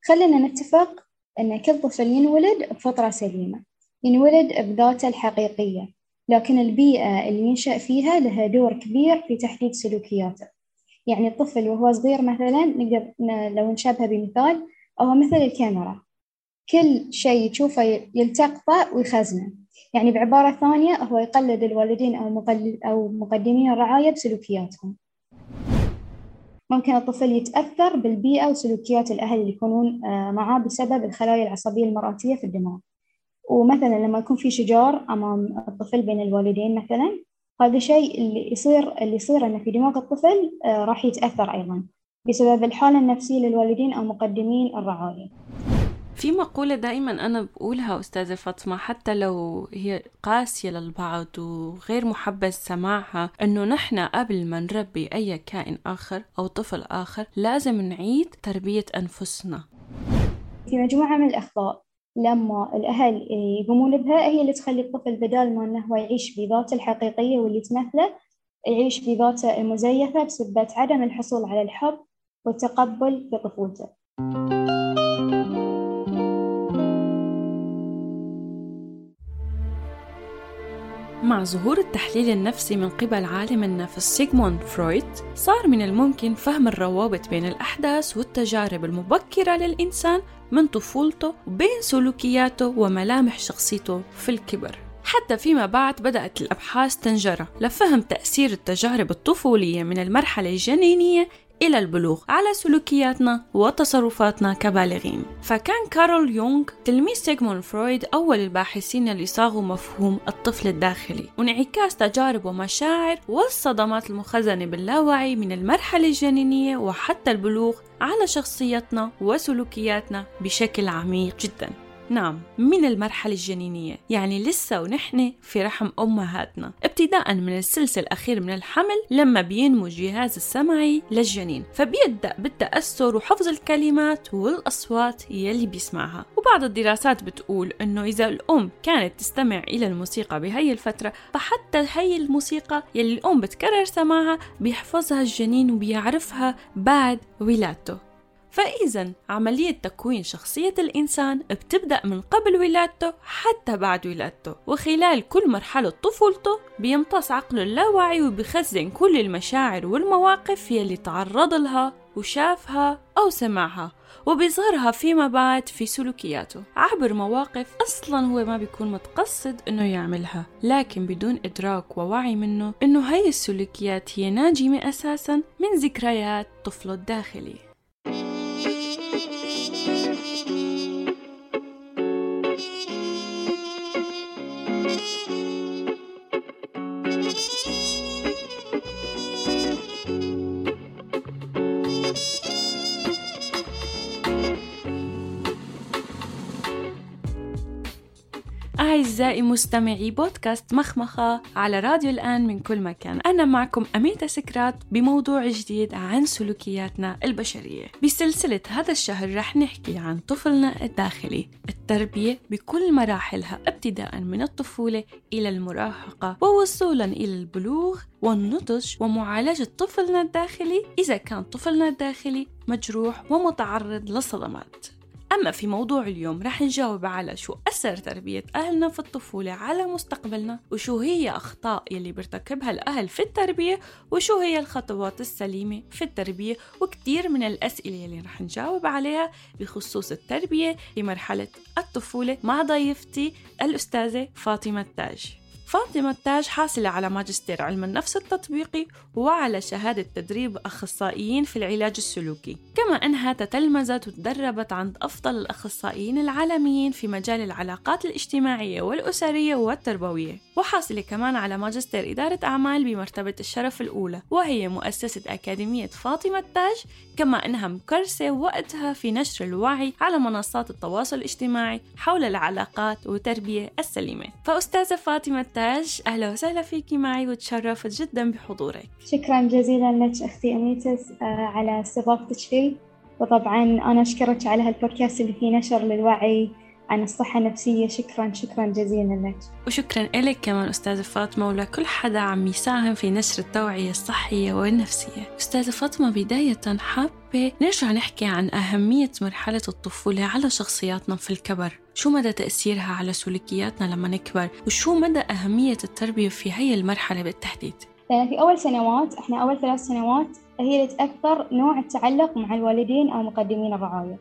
خلينا نتفق أن كل طفل ينولد بفطرة سليمة، ينولد بذاته الحقيقية، لكن البيئة اللي ينشأ فيها لها دور كبير في تحديد سلوكياته. يعني الطفل وهو صغير مثلا نقدر لو نشبه بمثال، هو مثل الكاميرا، كل شيء تشوفه يلتقطه ويخزنه. يعني بعبارة ثانية هو يقلد الوالدين أو مقدمين الرعاية بسلوكياتهم. ممكن الطفل يتأثر بالبيئة وسلوكيات الأهل اللي يكونون معاه بسبب الخلايا العصبية المرئية في الدماغ. ومثلا لما يكون في شجار أمام الطفل بين الوالدين مثلا، هذا الشيء اللي يصير أنه في دماغ الطفل راح يتأثر أيضا بسبب الحالة النفسية للوالدين أو مقدمين الرعاية. في مقولة دائما أنا بقولها أستاذة فاطمة، حتى لو هي قاسية للبعض وغير محبذ سماعها، أنه نحن قبل ما نربي أي كائن آخر أو طفل آخر لازم نعيد تربية أنفسنا. في مجموعة من الأخطاء لما الأهل يقومون بها هي اللي تخلي الطفل بدال ما أنه يعيش بذاته الحقيقية واللي تمثله، يعيش بذاته المزيفة بسبب عدم الحصول على الحب والتقبل في طفولته. مع ظهور التحليل النفسي من قبل عالم النفس سيغموند فرويد، صار من الممكن فهم الروابط بين الأحداث والتجارب المبكرة للإنسان من طفولته وبين سلوكياته وملامح شخصيته في الكبر. حتى فيما بعد بدأت الأبحاث تنجرى لفهم تأثير التجارب الطفولية من المرحلة الجنينية إلى البلوغ على سلوكياتنا وتصرفاتنا كبالغين. فكان كارل يونغ تلميذ سيغموند فرويد أول الباحثين اللي صاغوا مفهوم الطفل الداخلي، وانعكاس تجارب ومشاعر والصدمات المخزنة باللاوعي من المرحلة الجنينية وحتى البلوغ على شخصيتنا وسلوكياتنا بشكل عميق جدا. نعم، من المرحلة الجنينية، يعني لسه ونحن في رحم أمهاتنا، ابتداء من السلسلة الأخير من الحمل لما بينمو الجهاز السمعي للجنين، فبيبدأ بالتأثر وحفظ الكلمات والأصوات يلي بيسمعها. وبعض الدراسات بتقول إنه إذا الأم كانت تستمع إلى الموسيقى بهاي الفترة، فحتى هاي الموسيقى يلي الأم بتكرر سماعها بيحفظها الجنين وبيعرفها بعد ولادته. فإذا عملية تكوين شخصية الإنسان بتبدأ من قبل ولادته حتى بعد ولادته، وخلال كل مرحلة طفولته بيمتص عقله اللاواعي وبيخزن كل المشاعر والمواقف يلي تعرض لها وشافها أو سمعها، وبيظهرها فيما بعد في سلوكياته عبر مواقف أصلا هو ما بيكون متقصد إنه يعملها، لكن بدون إدراك ووعي منه إنه هاي السلوكيات هي ناجمة أساسا من ذكريات طفله الداخلي. أعزائي مستمعي بودكاست مخمخة على راديو الآن من كل مكان، أنا معكم أميتة سكرات بموضوع جديد عن سلوكياتنا البشرية. بسلسلة هذا الشهر رح نحكي عن طفلنا الداخلي، التربية بكل مراحلها ابتداء من الطفولة إلى المراهقة ووصولا إلى البلوغ والنضج، ومعالجة طفلنا الداخلي إذا كان طفلنا الداخلي مجروح ومتعرض لصدمات. أما في موضوع اليوم رح نجاوب على شو أثر تربية أهلنا في الطفولة على مستقبلنا، وشو هي أخطاء يلي بيرتكبها الأهل في التربية، وشو هي الخطوات السليمة في التربية، وكتير من الأسئلة يلي رح نجاوب عليها بخصوص التربية في مرحلة الطفولة مع ضيفتي الأستاذة فاطمة التاج. فاطمة التاج حاصلة على ماجستير علم النفس التطبيقي وعلى شهادة تدريب أخصائيين في العلاج السلوكي، كما أنها تتلمذت وتدربت عند أفضل الأخصائيين العالميين في مجال العلاقات الاجتماعية والأسرية والتربوية، وحاصلة كمان على ماجستير إدارة أعمال بمرتبة الشرف الأولى، وهي مؤسسة أكاديمية فاطمة التاج، كما أنها مكرسة وقتها في نشر الوعي على منصات التواصل الاجتماعي حول العلاقات والتربية السليمة. فأستاذة فاطمة التاج، أهلا وسهلا فيكي معي وتشرفت جدا بحضورك. شكرا جزيلا لك أختي أميتس على استضافتك لي، وطبعا أنا أشكرك على هالبودكاست اللي فيه نشر للوعي عن الصحة النفسية. شكرا جزيلا لك. وشكرا لك كمان أستاذة فاطمة، ولكل حدا عم يساهم في نشر التوعية الصحية والنفسية. أستاذة فاطمة، بداية حابة نرجع نحكي عن أهمية مرحلة الطفولة على شخصياتنا في الكبر. شو مدى تأثيرها على سلوكياتنا لما نكبر، وشو مدى أهمية التربية في هي المرحلة بالتحديد؟ يعني في أول سنوات، إحنا أول 3 سنوات هي اللي تأثر نوع التعلق مع الوالدين أو مقدمين الرعاية.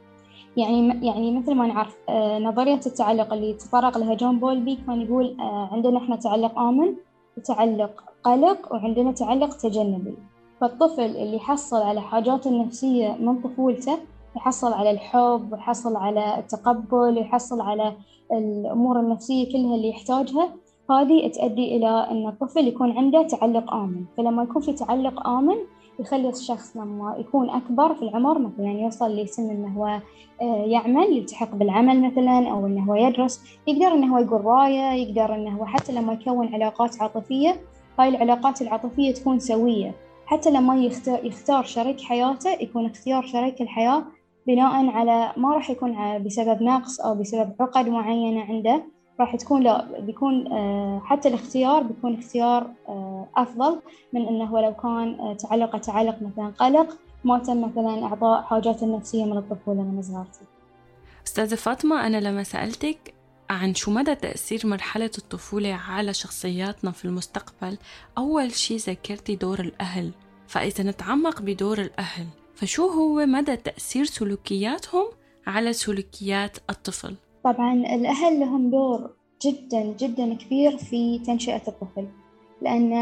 يعني مثل ما نعرف نظرية التعلق اللي تطرق لها جون بولبي كان يقول عندنا إحنا تعلق آمن وتعلق قلق وعندنا تعلق تجنبي. فالطفل اللي يحصل على حاجاته النفسية من طفولته، يحصل على الحب ويحصل على التقبل ويحصل على الأمور النفسية كلها اللي يحتاجها، هذه تؤدي إلى أن الطفل يكون عنده تعلق آمن. فلما يكون في تعلق آمن يخلي الشخص لما يكون أكبر في العمر، مثلا يوصل لسن أنه هو يعمل، يلتحق بالعمل مثلا، أو أنه هو يدرس، يقدر أنه هو يقول رأيه، يقدر أنه هو حتى لما يكون علاقات عاطفية، هاي العلاقات العاطفية تكون سوية. حتى لما يختار شريك حياته، يكون اختيار شريك الحياة بناء على ما راح يكون بسبب نقص أو بسبب عقد معينة عنده، راح تكون لا بيكون حتى الاختيار بيكون اختيار أفضل من أنه لو كان تعلق مثلا قلق، ما تم مثلا إعطاء حاجات النفسية من الطفولة من صغرتي. أستاذة فاطمة، أنا لما سألتك عن شو مدى تأثير مرحلة الطفولة على شخصياتنا في المستقبل، أول شي ذكرتي دور الأهل. فإذا نتعمق بدور الأهل، فشو هو مدى تأثير سلوكياتهم على سلوكيات الطفل؟ طبعا الأهل لهم دور جدا جدا كبير في تنشئة الطفل، لأن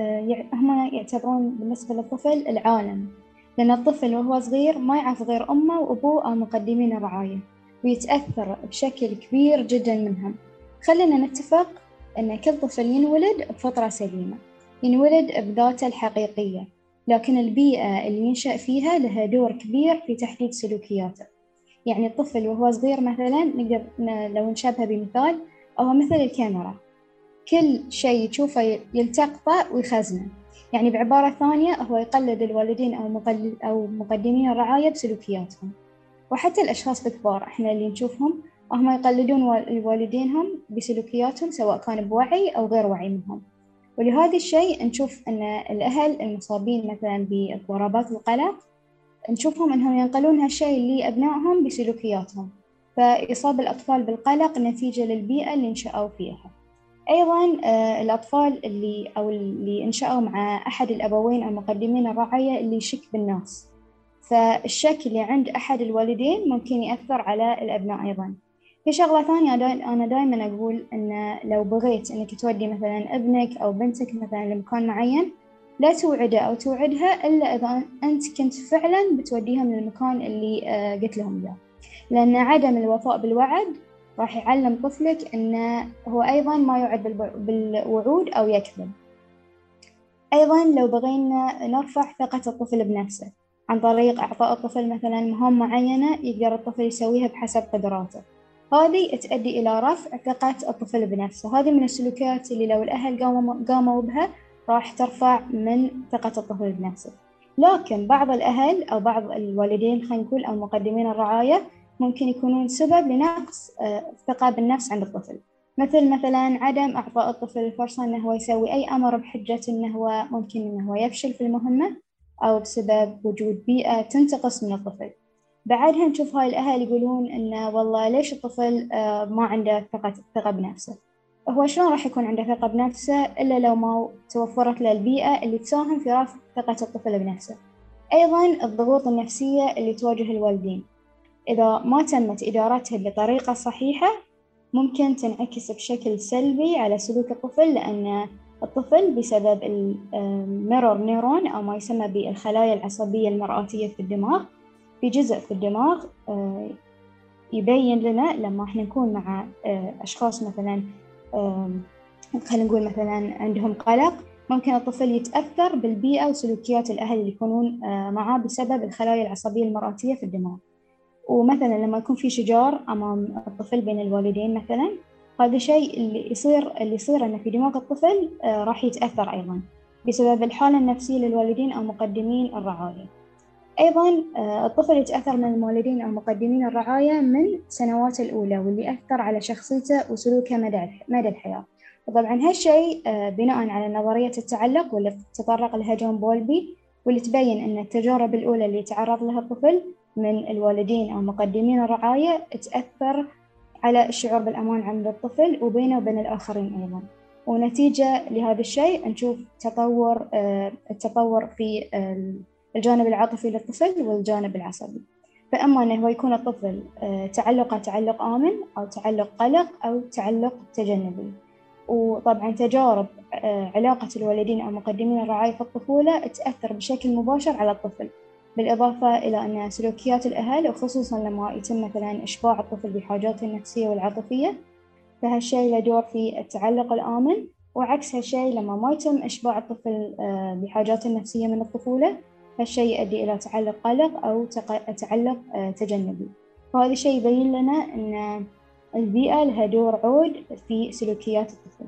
هم يعتبرون بالنسبة للطفل العالم. لأن الطفل وهو صغير ما يعرف غير أمه وأبوه أو مقدمين الرعاية، ويتأثر بشكل كبير جدا منهم. خلينا نتفق أن كل طفل ينولد بفطرة سليمة، ينولد بذاته الحقيقية، لكن البيئة اللي ينشأ فيها لها دور كبير في تحديد سلوكياته. يعني الطفل وهو صغير مثلا نقدر لو نشبهه بمثال، هو مثل الكاميرا، كل شيء تشوفه يلتقطه ويخزنه. يعني بعبارة ثانية هو يقلد الوالدين أو مقدمين الرعاية بسلوكياتهم. وحتى الأشخاص الكبار إحنا اللي نشوفهم هم يقلدون والدينهم بسلوكياتهم، سواء كان بوعي أو غير وعي منهم. ولهذا الشيء نشوف أن الأهل المصابين مثلا باضطرابات القلق نشوفهم أنهم ينقلون هالشيء لأبنائهم بسلوكياتهم، فيصاب الأطفال بالقلق نتيجة للبيئة اللي نشأوا فيها. أيضاً الأطفال اللي انشأوا مع أحد الأبوين أو مقدمين الرعاية اللي يشك بالناس، فالشك اللي عند أحد الوالدين ممكن يأثر على الأبناء أيضاً. في شغلة ثانية أنا دائماً أقول أن لو بغيت أنك تودي مثلاً ابنك أو بنتك مثلاً لمكان معين، لا توعده أو توعدها إلا إذا أنت كنت فعلاً بتوديهم للمكان اللي قلت لهم إياه، لأن عدم الوفاء بالوعد راح يعلم طفلك أنه هو أيضاً ما يوعد بالوعود أو يكذب. أيضاً لو بغينا نرفع ثقة الطفل بنفسه عن طريق إعطاء الطفل مثلاً مهام معينة يقدر الطفل يسويها بحسب قدراته، هذه تؤدي إلى رفع ثقة الطفل بنفسه. هذه من السلوكيات اللي لو الأهل قاموا بها راح ترفع من ثقة الطفل بنفسه. لكن بعض الأهل أو بعض الوالدين خلينا نقول أو مقدمين الرعاية ممكن يكونون سبب لنقص الثقة بالنفس عند الطفل، مثلا عدم إعطاء الطفل الفرصة أنه هو يسوي أي أمر بحجة أنه هو ممكن أنه هو يفشل في المهمة، أو بسبب وجود بيئة تنتقص من الطفل. بعدها نشوف هاي الأهل يقولون إنه والله ليش الطفل ما عنده ثقة بنفسه. هو شلون راح يكون عنده ثقة بنفسه إلا لو ما توفرت له البيئة اللي تساهم في رفع ثقة الطفل بنفسه. أيضا الضغوط النفسية اللي تواجه الوالدين إذا ما تمت إدارتها بطريقة صحيحة ممكن تنعكس بشكل سلبي على سلوك الطفل، لأن الطفل بسبب الميرور نيرون أو ما يسمى بالخلايا العصبية المرآتية في الدماغ، في جزء في الدماغ يبين لنا لما احنا نكون مع أشخاص مثلا خلينا نقول مثلا عندهم قلق، ممكن الطفل يتأثر بالبيئة وسلوكيات الأهل اللي يكونون معاه بسبب الخلايا العصبية المرآتية في الدماغ. ومثلا لما يكون في شجار أمام الطفل بين الوالدين مثلا، هذا شيء اللي يصير أنه في دماغ الطفل راح يتأثر أيضا بسبب الحالة النفسية للوالدين أو مقدمين الرعاية. أيضاً الطفل يتأثر من الوالدين أو مقدمين الرعاية من سنواته الأولى، واللي أثر على شخصيته وسلوكه مدى الحياة. وطبعاً هالشيء بناء على نظرية التعلق واللي تطرق لها جون بولبي، واللي تبين أن التجارب الأولى اللي يتعرض لها الطفل من الوالدين أو مقدمين الرعاية تأثر على الشعور بالأمان عند الطفل وبينه وبين الآخرين أيضاً. ونتيجة لهذا الشيء نشوف التطور في الجانب العاطفي للطفل والجانب العصبي. فأما أنه يكون الطفل تعلقه تعلق آمن أو تعلق قلق أو تعلق تجنبي. وطبعا تجارب علاقة الوالدين أو مقدمين الرعاية في الطفولة تأثر بشكل مباشر على الطفل، بالإضافة إلى أن سلوكيات الأهل وخصوصا لما يتم مثلا إشباع الطفل بحاجاته النفسية والعاطفية، فهالشيء له دور في التعلق الآمن. وعكس هالشيء لما ما يتم إشباع الطفل بحاجاته النفسية من الطفولة، هالشيء يؤدي إلى تعلق قلق أو تعلق تجنبي. وهذا الشيء يبين لنا أن البيئة لها دور عود في سلوكيات الطفل.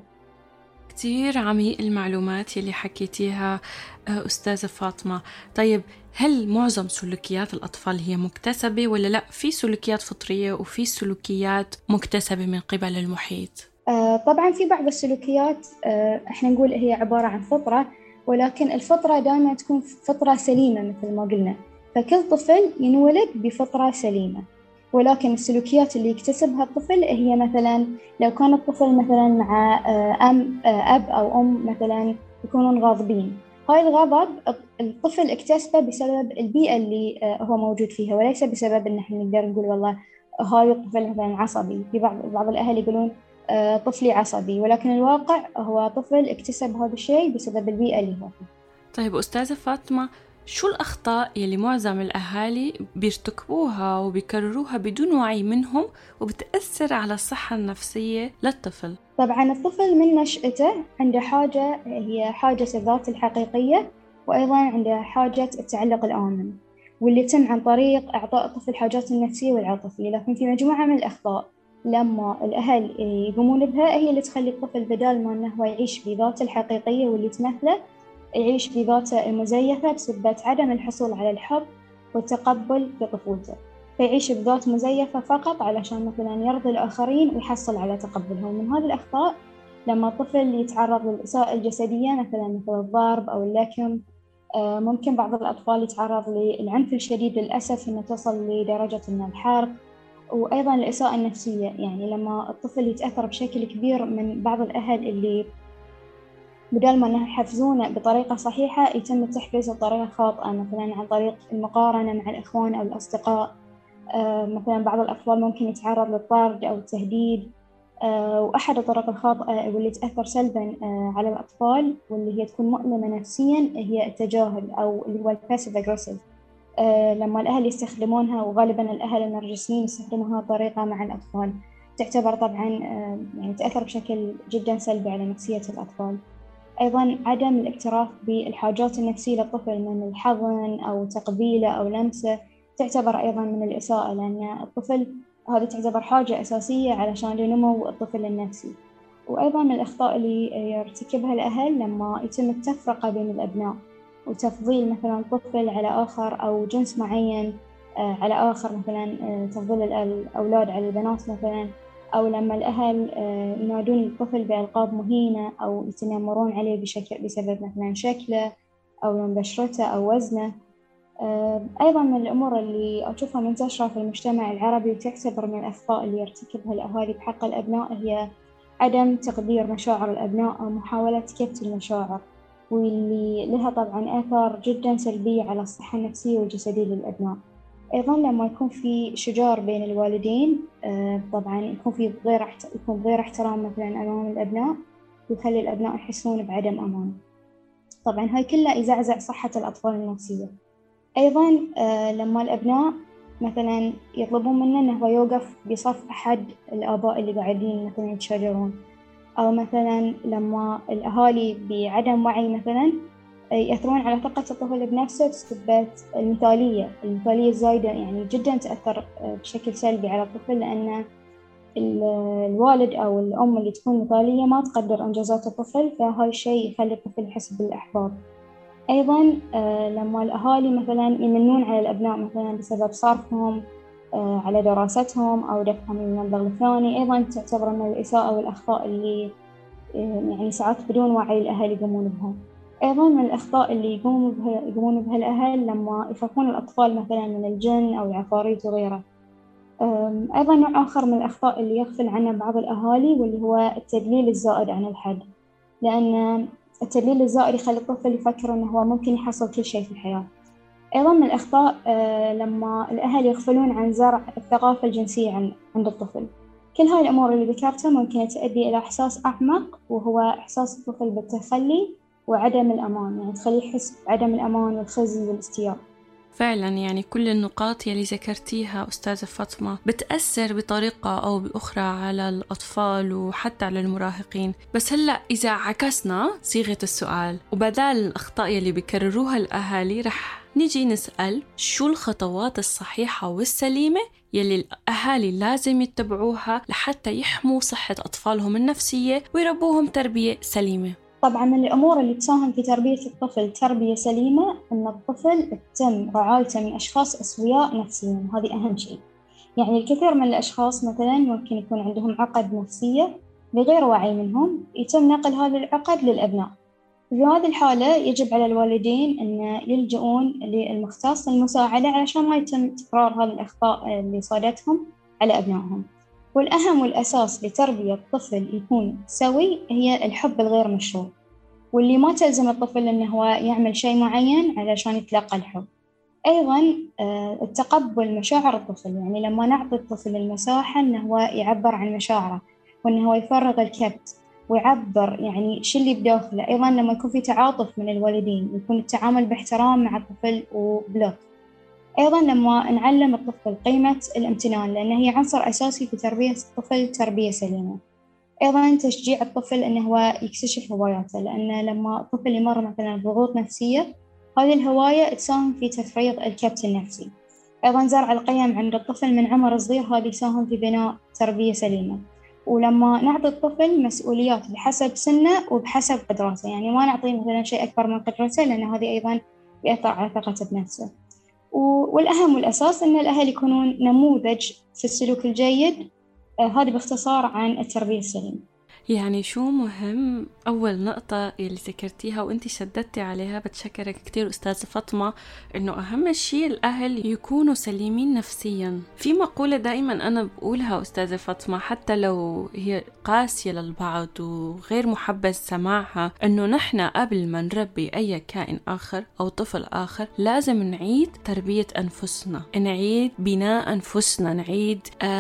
كتير عميق المعلومات يلي حكيتيها أستاذة فاطمة. طيب هل معظم سلوكيات الأطفال هي مكتسبة ولا لا؟ في سلوكيات فطرية وفي سلوكيات مكتسبة من قبل المحيط؟ طبعا في بعض السلوكيات احنا نقول هي عبارة عن فطرة، ولكن الفطرة دائما تكون فطرة سليمة مثل ما قلنا. فكل طفل ينولد بفطرة سليمة، ولكن السلوكيات اللي يكتسبها الطفل هي مثلا لو كان الطفل مثلا مع أب أو أم مثلا يكونون غاضبين، هاي الغضب الطفل اكتسبه بسبب البيئة اللي هو موجود فيها، وليس بسبب إن احنا نقدر نقول والله هاي الطفل مثلا عصبي. في بعض الأهل يقولون طفلي عصبي، ولكن الواقع هو طفل اكتسب هذا الشيء بسبب البيئة اللي هو فيها. طيب أستاذة فاطمة، شو الأخطاء يلي معظم الأهالي بيرتكبوها وبيكرروها بدون وعي منهم وبتأثر على الصحة النفسية للطفل؟ طبعا الطفل من نشأته عنده حاجة هي حاجة الذات الحقيقية، وأيضا عنده حاجة التعلق الآمن، واللي يتم عن طريق إعطاء الطفل حاجاته النفسية والعاطفية. لكن في مجموعة من الأخطاء لما الأهل يقومون بها هي اللي تخلي الطفل بدال ما أنه يعيش بذاته الحقيقية واللي تمثله، يعيش بذاته المزيفة بسبب عدم الحصول على الحب والتقبل في طفولته. فيعيش بذات مزيفة فقط علشان مثلا يرضي الآخرين ويحصل على تقبلهم. من هذه الأخطاء لما الطفل يتعرض للإساءة الجسدية مثل الضرب أو اللكم، ممكن بعض الأطفال يتعرض للعنف الشديد للأسف إنه توصل لدرجة إنه الحرق. وأيضا الإساءة النفسية، يعني لما الطفل يتأثر بشكل كبير من بعض الأهل اللي بدل ما أنه يحفزونه بطريقة صحيحة يتم تحفيزه بطريقة خاطئة، مثلا عن طريق المقارنة مع الإخوان أو الأصدقاء. مثلا بعض الأطفال ممكن يتعرض للطرد أو التهديد. وأحد الطرق الخاطئة واللي تأثر سلبا على الأطفال واللي هي تكون مؤلمة نفسيا هي التجاهل أو اللي هو الباسيف أجريسيف. لما الأهل يستخدمونها، وغالبا الأهل النرجسيين يستخدمون هذه الطريقة مع الأطفال، تعتبر طبعا يعني تأثر بشكل جدا سلبي على نفسية الأطفال. أيضا عدم الاكتراث بالحاجات النفسية للطفل من الحضن أو تقبيله أو لمسه تعتبر أيضا من الإساءة، لأن الطفل هذه تعتبر حاجة أساسية علشان ينمو الطفل النفسي. وأيضا من الأخطاء اللي يرتكبها الأهل لما يتم التفرقة بين الأبناء وتفضيل مثلا طفل على آخر أو جنس معين على آخر، مثلا تفضيل الأولاد على البنات مثلا، أو لما الأهل ينادون الطفل بألقاب مهينة أو يتنمرون عليه بسبب مثلا شكله أو لون بشرته أو وزنه. أيضا من الأمور اللي أشوفها منتشرة في المجتمع العربي وتعتبر من الأخطاء اللي يرتكبها الأهالي بحق الأبناء هي عدم تقدير مشاعر الأبناء أو محاولة كبت المشاعر، واللي لها طبعا آثار جدا سلبية على الصحة النفسية والجسدية للأبناء. أيضا لما يكون في شجار بين الوالدين طبعا يكون غير احترام مثلا أمام الأبناء، ويخلي الأبناء يحسون بعدم أمان. طبعا هاي كلها يزعزع صحة الأطفال النفسية. أيضا لما الأبناء مثلا يطلبون منه أنه يوقف بصف أحد الآباء اللي قاعدين مثلا يتشاجرون، أو مثلا لما الأهالي بعدم وعي مثلا يأثرون على ثقة الطفل بنفسه بسبب المثالية الزايدة، يعني جدا تأثر بشكل سلبي على الطفل، لأن الوالد أو الأم اللي تكون مثالية ما تقدر إنجازات الطفل، فهاي الشيء يخلي الطفل يحس بالإحباط. أيضا لما الأهالي مثلا يمنون على الأبناء مثلا بسبب صرفهم على دراستهم أو دفعهم من المبلغ الفلاني، أيضا تعتبر من الإساءة والأخطاء اللي يعني ساعات بدون وعي الأهل يقومون بها. أيضا من الأخطاء اللي يقومون بها الأهل لما يخافون الأطفال مثلا من الجن أو العفاريت وغيره. أيضا نوع آخر من الأخطاء اللي يغفل عنه بعض الأهالي واللي هو التدليل الزائد عن الحد، لأن التدليل الزائد يخلي الطفل يفكر أنه هو ممكن يحصل كل شيء في الحياة. أيضا من الأخطاء لما الأهل يغفلون عن زرع الثقافة الجنسية عند الطفل. كل هاي الأمور اللي ذكرتها ممكن تؤدي إلى إحساس أعمق، وهو إحساس الطفل بالتخلي وعدم الأمان، يعني تخليه يحس بعدم الأمان والخزي والاستياء. فعلا يعني كل النقاط يلي ذكرتيها أستاذة فاطمة بتأثر بطريقة أو بأخرى على الأطفال وحتى على المراهقين. بس هلأ إذا عكسنا صيغة السؤال وبدال الأخطاء يلي بيكرروها الأهالي، رح نيجي نسأل شو الخطوات الصحيحة والسليمة يلي الأهالي لازم يتبعوها لحتى يحموا صحة أطفالهم النفسية ويربوهم تربية سليمة. طبعا من الأمور اللي تساهم في تربية الطفل تربية سليمة أن الطفل تتم رعايته من أشخاص أسوياء نفسيا، هذه أهم شيء. يعني الكثير من الأشخاص مثلا ممكن يكون عندهم عقد نفسية بغير وعي منهم، يتم نقل هذا العقد للأبناء. في هذه الحالة يجب على الوالدين أن يلجؤون للمختص المساعدة علشان ما يتم تكرار هذه الأخطاء اللي صادتهم على أبنائهم. والأهم والأساس لتربية الطفل يكون سوي هي الحب الغير مشروط، واللي ما تلزم الطفل أنه هو يعمل شيء معين علشان يتلقى الحب. أيضا التقبل مشاعر الطفل، يعني لما نعطي الطفل المساحة أنه هو يعبر عن مشاعره وأنه هو يفرغ الكبت ويعبر يعني شو اللي بداخله. أيضا لما يكون في تعاطف من الوالدين، يكون التعامل باحترام مع الطفل وبلطف. أيضا لما نعلم الطفل قيمة الامتنان، لأنه هي عنصر أساسي في تربية الطفل تربية سليمة. أيضا تشجيع الطفل أنه هو يكتشف هواياته، لأن لما الطفل يمر مثلا بضغوط نفسية، هذه الهواية تساهم في تفريغ الكبت النفسي. أيضا زرع القيم عند الطفل من عمر صغير، هذا يساهم في بناء تربية سليمة. ولما نعطي الطفل مسؤوليات بحسب سنه وبحسب قدراته، يعني ما نعطيه مثلا شيء أكبر من قدرته، لأن هذه أيضا يأثر على ثقته بنفسه. والأهم والأساس أن الأهل يكونون نموذج في السلوك الجيد. هذا باختصار عن التربية السليمة. يعني شو مهم أول نقطة اللي ذكرتيها وانتي شددتي عليها، بتشكرك كتير أستاذة فاطمة، إنه أهم شيء الأهل يكونوا سليمين نفسيا. في مقولة دائما أنا بقولها أستاذة فاطمة حتى لو هي قاسية للبعض وغير محبذ سماعها، إنه نحن قبل ما نربي أي كائن آخر أو طفل آخر لازم نعيد تربية أنفسنا، نعيد بناء أنفسنا، نعيد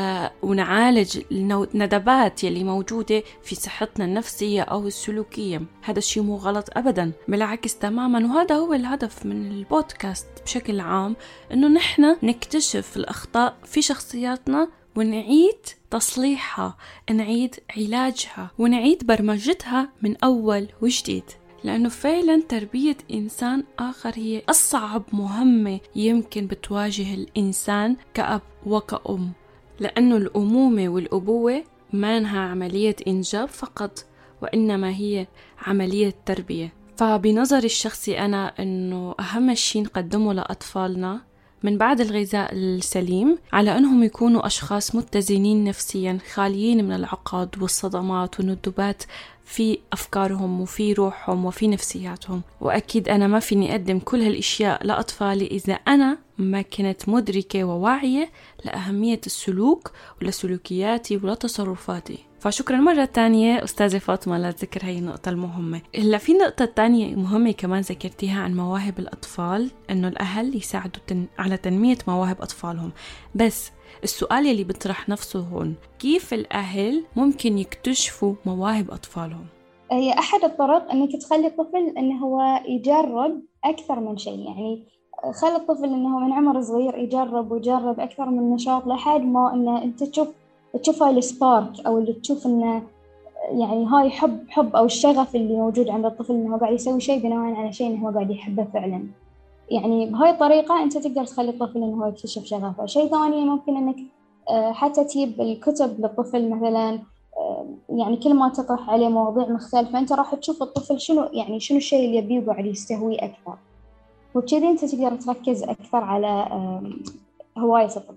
ونعالج الندبات يلي موجودة في صحتنا النفسية أو السلوكية. هذا الشيء مو غلط أبدا، بالعكس تماما. وهذا هو الهدف من البودكاست بشكل عام، إنه نحن نكتشف الأخطاء في شخصياتنا ونعيد تصليحها، نعيد علاجها ونعيد برمجتها من أول وجديد. لأنه فعلا تربية إنسان آخر هي أصعب مهمة يمكن بتواجه الإنسان كأب وكأم، لأنه الأمومة والأبوة ما إنها عملية إنجاب فقط، وإنما هي عملية تربية. فبنظري الشخصي أنا إنه أهم شيء نقدمه لأطفالنا من بعد الغذاء السليم على أنهم يكونوا أشخاص متزنين نفسيا، خاليين من العقد والصدمات والندبات في أفكارهم وفي روحهم وفي نفسياتهم. وأكيد أنا ما فيني أقدم كل هالإشياء لأطفالي إذا أنا ما كنت مدركة وواعية لأهمية السلوك ولسلوكياتي ولتصرفاتي. فشكرا مرة تانية أستاذة فاطمة لذكر هاي النقطة المهمة. إلا في نقطة تانية مهمة كمان ذكرتيها عن مواهب الأطفال، إنه الأهل يساعدوا على تنمية مواهب أطفالهم. بس السؤال اللي بيطرح نفسه هون، كيف الأهل ممكن يكتشفوا مواهب أطفالهم؟ هي أحد الطرق أنك تخلي الطفل أنه هو يجرب أكثر من شيء، يعني خلي الطفل أنه من عمر صغير يجرب ويجرب أكثر من نشاط لحد ما أنه أنت تشوف هاي السبارك، أو اللي تشوف أنه يعني هاي حب أو الشغف اللي موجود عند الطفل، أنه هو قاعد يسوي شيء بناء على شيء أنه هو قاعد يحبه فعلا. يعني بهاي الطريقة أنت تقدر تخلي الطفل أنه هو يكتشف شغفه. شيء ثاني ممكن أنك حتى تجيب الكتب للطفل مثلا، يعني كل ما تطرح عليه مواضيع مختلفة أنت راح تشوف الطفل شنو الشيء اللي يبيه وقاعد يستهويه أكثر، وبكذا أنت تقدر تركز أكثر على هواية الطفل.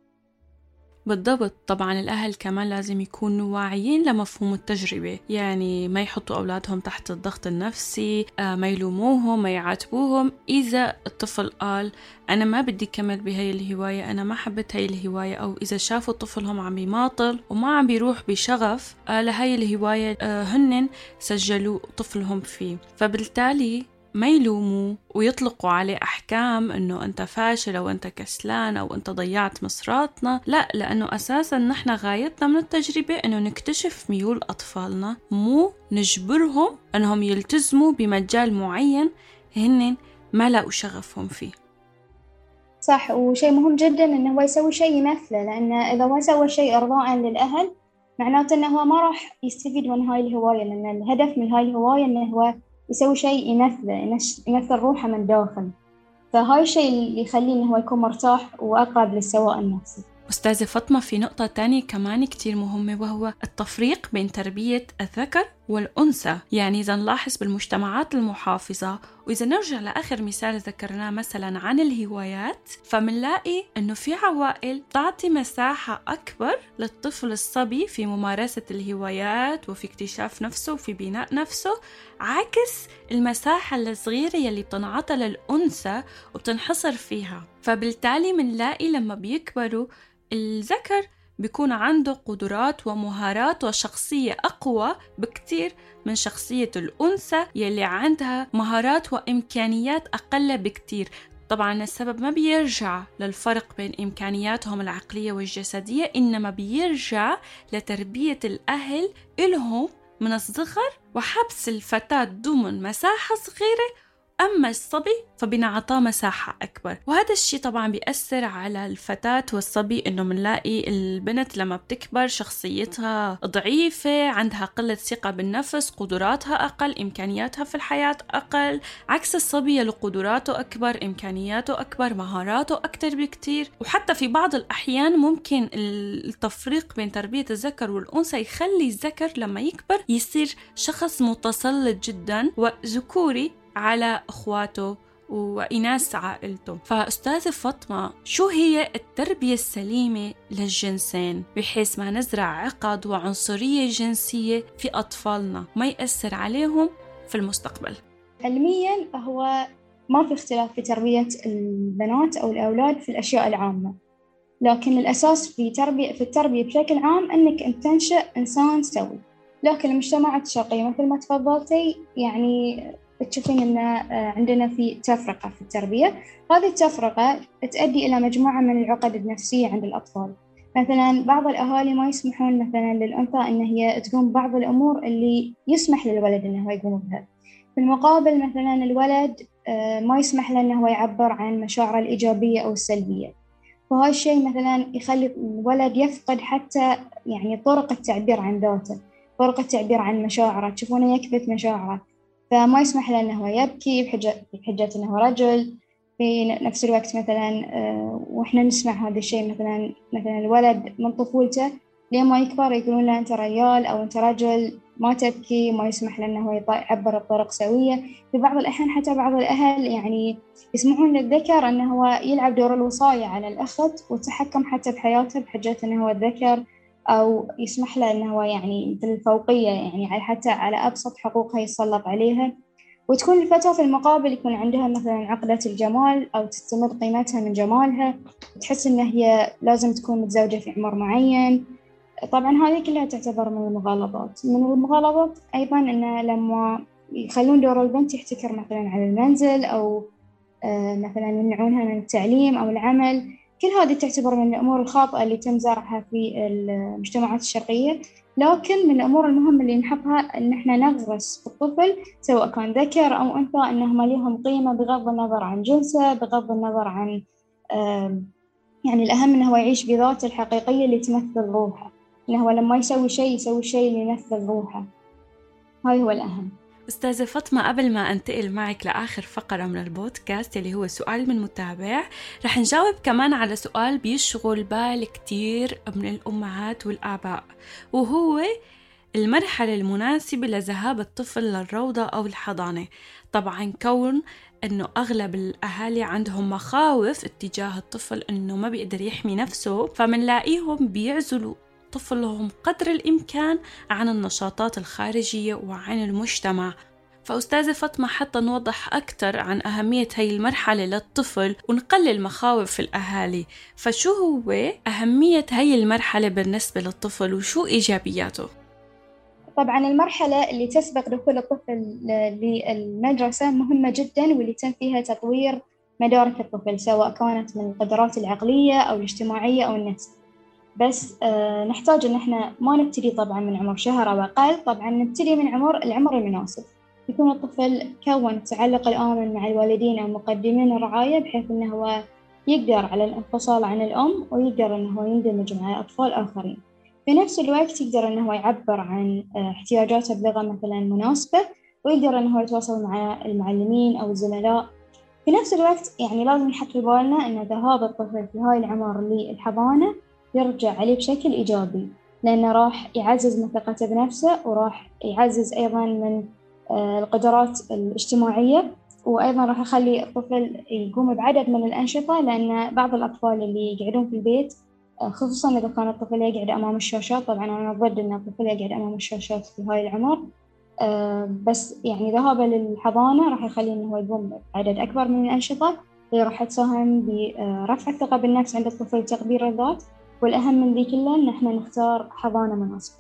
بالضبط. طبعا الأهل كمان لازم يكونوا واعيين لمفهوم التجربة، يعني ما يحطوا أولادهم تحت الضغط النفسي، ما يلوموهم، ما يعاتبوهم إذا الطفل قال أنا ما بدي كمل بهاي الهواية، أنا ما حبيت هاي الهواية، أو إذا شافوا طفلهم عم بيماطل وما عم بيروح بشغف لهاي الهواية هن سجلوا طفلهم فيه. فبالتالي ما يلوموا ويطلقوا عليه أحكام إنه أنت فاشل أو أنت كسلان أو أنت ضيعت مصراتنا، لا، لأنه أساساً نحن غايتنا من التجربة إنه نكتشف ميول أطفالنا، مو نجبرهم إنهم يلتزموا بمجال معين هن ما لقوا شغفهم فيه. صح، وشيء مهم جدا إنه هو يسوي شيء يمثله، لأنه إذا ما سوى شيء إرضاء للأهل معناته إنه هو ما راح يستفيد من هاي الهواية، لأن الهدف من هاي الهواية إنه هو يسوي شيء يمثله، يمثل روحه من داخل، فهاي الشيء اللي يخليه إنه هو يكون مرتاح وأقرب للسواء النفسي. أستاذة فاطمة، في نقطة تانية كمان كتير مهمة، وهو التفريق بين تربية الذكر والأنثى. يعني إذا نلاحظ بالمجتمعات المحافظة، وإذا نرجع لآخر مثال ذكرناه مثلا عن الهوايات، فمنلاقي أنه في عوائل تعطي مساحة أكبر للطفل الصبي في ممارسة الهوايات وفي اكتشاف نفسه وفي بناء نفسه، عكس المساحة الصغيرة يلي بتنعطى للأنثى وبتنحصر فيها. فبالتالي منلاقي لما بيكبروا الذكر بيكون عنده قدرات ومهارات وشخصية أقوى بكتير من شخصية الأنثى يلي عندها مهارات وإمكانيات أقل بكتير. طبعا السبب ما بيرجع للفرق بين إمكانياتهم العقلية والجسدية، إنما بيرجع لتربية الأهل إلهم من الصغر وحبس الفتاة ضمن مساحة صغيرة، أما الصبي فبنعطاه مساحة أكبر. وهذا الشيء طبعا بيأثر على الفتاة والصبي، إنه منلاقي البنت لما بتكبر شخصيتها ضعيفة، عندها قلة ثقة بالنفس، قدراتها أقل، إمكانياتها في الحياة أقل، عكس الصبي اللي قدراته أكبر، إمكانياته أكبر، مهاراته أكتر بكتير. وحتى في بعض الأحيان ممكن التفريق بين تربية الذكر والأنثى يخلي الذكر لما يكبر يصير شخص متسلط جدا وذكوري على أخواته وإناث عائلته. فأستاذة فاطمة، شو هي التربية السليمة للجنسين بحيث ما نزرع عقد وعنصرية جنسية في أطفالنا ما يأثر عليهم في المستقبل؟ علميا هو ما في اختلاف في تربية البنات أو الأولاد في الأشياء العامة، لكن الأساس في التربية بشكل عام أنك أنت تنشأ إنسان سوي. لكن المجتمعات الشرقية مثل ما تفضلتي يعني تشوفين أن عندنا في تفرقة في التربية، هذه التفرقة تؤدي إلى مجموعة من العقد النفسية عند الأطفال. مثلا بعض الأهالي ما يسمحون مثلا للأنثى أن هي تقوم بعض الأمور اللي يسمح للولد أنه يقوم بها، في المقابل مثلا الولد ما يسمح له أنه يعبر عن مشاعره الإيجابية أو السلبية، فهذا الشيء مثلا يخلي الولد يفقد حتى يعني طرق التعبير عن ذاته، طرق التعبير عن مشاعره، تشوفونه يكبت مشاعره، فما يسمح له أنه يبكي بحجة أنه رجل. في نفس الوقت مثلا وإحنا نسمع هذا الشيء مثلا الولد من طفولته لين ما يكبر يقولون له أنت رجال أو أنت رجل، ما تبكي، ما يسمح له أنه يعبر بطرق سوية. في بعض الأحيان حتى بعض الأهل يعني يسمحون للذكر أنه هو يلعب دور الوصاية على الأخت والتحكم حتى بحياته بحجة أنه هو الذكر، أو يسمح له أنه هو يعني مثل الفوقية، يعني حتى على أبسط حقوقها يتسلط عليها. وتكون الفتاة في المقابل يكون عندها مثلا عقدة الجمال أو تستمد قيمتها من جمالها، وتحس أن هي لازم تكون متزوجة في عمر معين. طبعا هذه كلها تعتبر من المغالطات. من المغالطات أيضا أن لما يخلون دور البنت يحتكر مثلا على المنزل، أو مثلا يمنعونها من التعليم أو العمل، كل هذه تعتبر من الأمور الخاطئة اللي تم زرعها في المجتمعات الشرقية. لكن من الأمور المهمة اللي نحطها أن احنا نغرس في الطفل سواء كان ذكر أو أنثى أنهم لهم قيمة بغض النظر عن جنسه، بغض النظر عن يعني الأهم أنه هو يعيش بذاته الحقيقية اللي تمثل روحه، أنه هو لما يسوي شيء اللي يمثل روحه، هاي هو الأهم. أستاذة فاطمة، قبل ما أنتقل معك لآخر فقرة من البودكاست اللي هو سؤال من متابع، رح نجاوب كمان على سؤال بيشغل بال كتير من الأمهات والآباء، وهو المرحلة المناسبة لذهاب الطفل للروضة أو الحضانة. طبعا كون أنه أغلب الأهالي عندهم مخاوف اتجاه الطفل أنه ما بيقدر يحمي نفسه، فمنلاقيهم بيعزلوا طفلهم قدر الإمكان عن النشاطات الخارجية وعن المجتمع. فأستاذة فاطمة حتى نوضح أكثر عن أهمية هاي المرحلة للطفل ونقلل مخاوف الأهالي، فشو هو أهمية هاي المرحلة بالنسبة للطفل وشو إيجابياته؟ طبعا المرحلة اللي تسبق دخول الطفل للمدرسة مهمة جدا، واللي يتم فيها تطوير مدارك الطفل سواء كانت من القدرات العقلية أو الاجتماعية أو النفسية. بس نحتاج إن إحنا ما نبتدي طبعا من عمر شهر أو أقل، طبعا نبتدي من العمر المناسب، يكون الطفل كون التعلق الآمن مع الوالدين أو مقدمين الرعاية، بحيث إنه هو يقدر على الانفصال عن الأم ويقدر إنه هو يندمج مع أطفال آخرين. في نفس الوقت يقدر إنه هو يعبر عن احتياجاته بلغة مثلا مناسبة، ويقدر إنه هو يتواصل مع المعلمين أو الزملاء. في نفس الوقت يعني لازم نحط في بالنا إن ذهاب الطفل في هاي العمر للحضانة يرجع عليه بشكل إيجابي، لأنه راح يعزز من ثقته بنفسه، وراح يعزز أيضا من القدرات الاجتماعية، وأيضا راح يخلي الطفل يقوم بعدد من الأنشطة، لأن بعض الأطفال اللي يقعدون في البيت خصوصا إذا كان الطفل يقعد أمام الشاشات، طبعا أنا ضد أن الطفل يقعد أمام الشاشات في هاي العمر، بس يعني ذهابه للحضانة راح يخليه إنه هو يقوم بعدد أكبر من الأنشطة اللي راح تساهم برفع الثقة بالنفس عند الطفل وتقدير الذات. والأهم من ذي كله إن إحنا نختار حضانة مناسبة.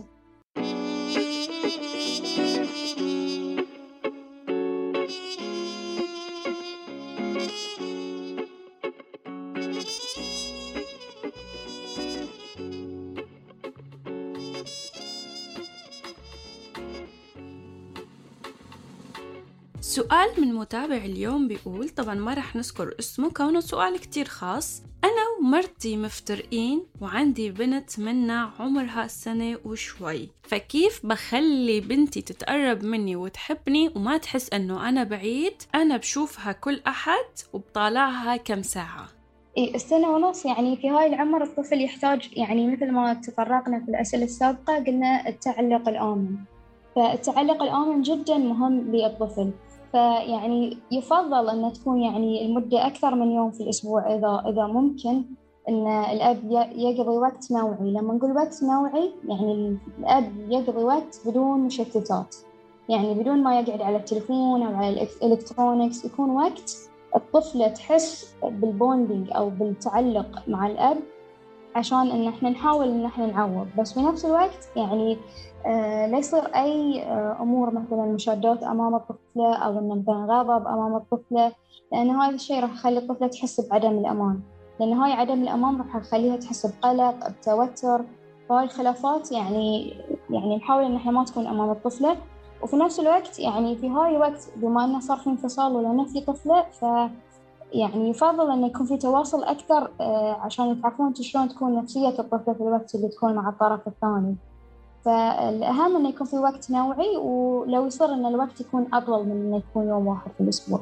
سؤال من متابع اليوم بيقول، طبعا ما رح نذكر اسمه كونه سؤال كتير خاص: أنا ومرتي مفترقين وعندي بنت منا عمرها 1 سنة وشوي، فكيف بخلي بنتي تتقرب مني وتحبني وما تحس أنه أنا بعيد؟ أنا بشوفها كل أحد وبطالعها كم ساعة. 1.5 سنة يعني في هاي العمر الطفل يحتاج، يعني مثل ما تطرقنا في الأسئلة السابقة قلنا التعلق الآمن، فالتعلق الآمن جدا مهم للطفل. فيعني يفضل أن تكون يعني المدة أكثر من يوم في الأسبوع إذا ممكن، أن الأب يقضي وقت نوعي. لما نقول وقت نوعي يعني الأب يقضي وقت بدون مشتتات، يعني بدون ما يقعد على التلفون أو على الإلكترونيكس، يكون وقت الطفلة تحس بالبوندينج أو بالتعلق مع الأب، عشان إن إحنا نحاول إن إحنا نعوض. بس في نفس الوقت يعني لا يصير أي أمور مثلا مشادات أمام الطفلة، أو إنه مثلا غضب أمام الطفلة، لأن هذا الشيء راح يخلي الطفلة تحس بعدم الأمان، لأن هاي عدم الأمان راح يخليها تحس بقلق بتوتر. فهاي الخلافات يعني نحاول إن إحنا ما تكون أمام الطفلة. وفي نفس الوقت يعني في هاي الوقت بما إنه صار في انفصال ولا في طفلة، يعني يفضل أن يكون في تواصل أكثر عشان يتعرفون شلون تكون نفسية الطفلة في الوقت اللي تكون مع الطرف الثاني. فالأهم أنه يكون في وقت نوعي، ولو يصير أن الوقت يكون أطول من أنه يكون يوم واحد في الأسبوع.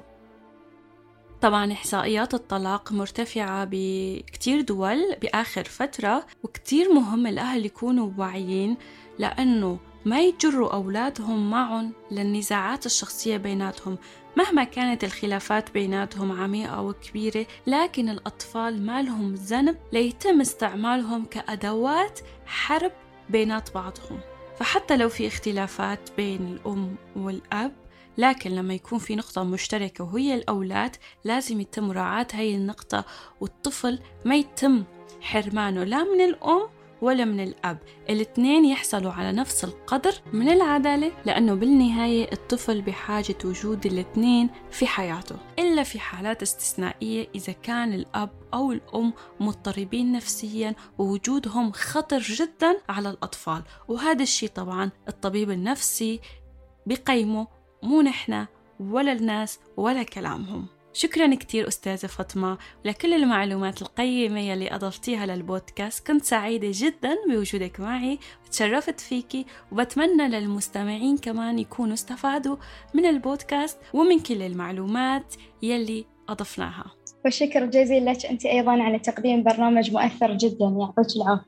طبعا إحصائيات الطلاق مرتفعة بكتير دول بآخر فترة، وكتير مهم الأهل يكونوا واعيين لأنه ما يجروا أولادهم معهم للنزاعات الشخصية بيناتهم. مهما كانت الخلافات بيناتهم عميقة وكبيرة، لكن الأطفال ما لهم ذنب ليتم استعمالهم كأدوات حرب بينات بعضهم. فحتى لو في اختلافات بين الأم والأب، لكن لما يكون في نقطة مشتركة وهي الأولاد، لازم يتم مراعاة هاي النقطة، والطفل ما يتم حرمانه لا من الأم ولا من الأب، الاثنين يحصلوا على نفس القدر من العدالة، لأنه بالنهاية الطفل بحاجة وجود الاثنين في حياته، إلا في حالات استثنائية إذا كان الأب أو الأم مضطربين نفسيا ووجودهم خطر جدا على الأطفال. وهذا الشيء طبعا الطبيب النفسي بقيمه، مو نحن ولا الناس ولا كلامهم. شكرا كتير أستاذة فاطمة لكل المعلومات القيمة يلي أضفتيها للبودكاست. كنت سعيدة جدا بوجودك معي وتشرفت فيكي، وبتمنى للمستمعين كمان يكونوا استفادوا من البودكاست ومن كل المعلومات يلي أضفناها. والشكر جزيل لك أنت أيضا على تقديم برنامج مؤثر جدا، يعطيك العافية.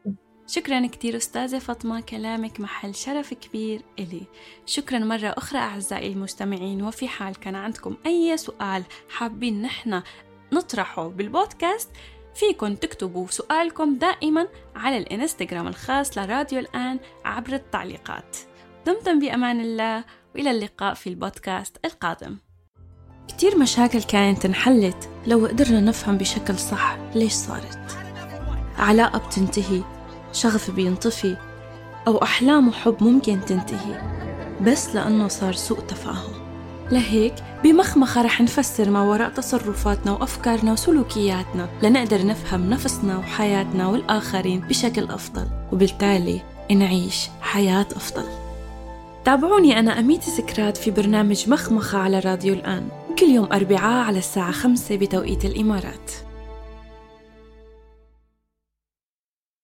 شكرا كتير أستاذة فاطمة، كلامك محل شرف كبير إلي. شكرا مرة أخرى أعزائي المستمعين، وفي حال كان عندكم أي سؤال حابين نحن نطرحه بالبودكاست فيكن تكتبوا سؤالكم دائما على الإنستغرام الخاص لراديو الآن عبر التعليقات. دمتم بأمان الله، وإلى اللقاء في البودكاست القادم. كتير مشاكل كانت انحلت لو قدرنا نفهم بشكل صح ليش صارت. علاقة بتنتهي، شغف بينطفي، أو أحلام وحب ممكن تنتهي بس لأنه صار سوء تفاهم. لهيك بمخمخة رح نفسر ما وراء تصرفاتنا وأفكارنا وسلوكياتنا لنقدر نفهم نفسنا وحياتنا والآخرين بشكل أفضل، وبالتالي نعيش حياة أفضل. تابعوني أنا أميتي سكرات في برنامج مخمخة على راديو الآن كل يوم أربعاء على الساعة 5 بتوقيت الإمارات.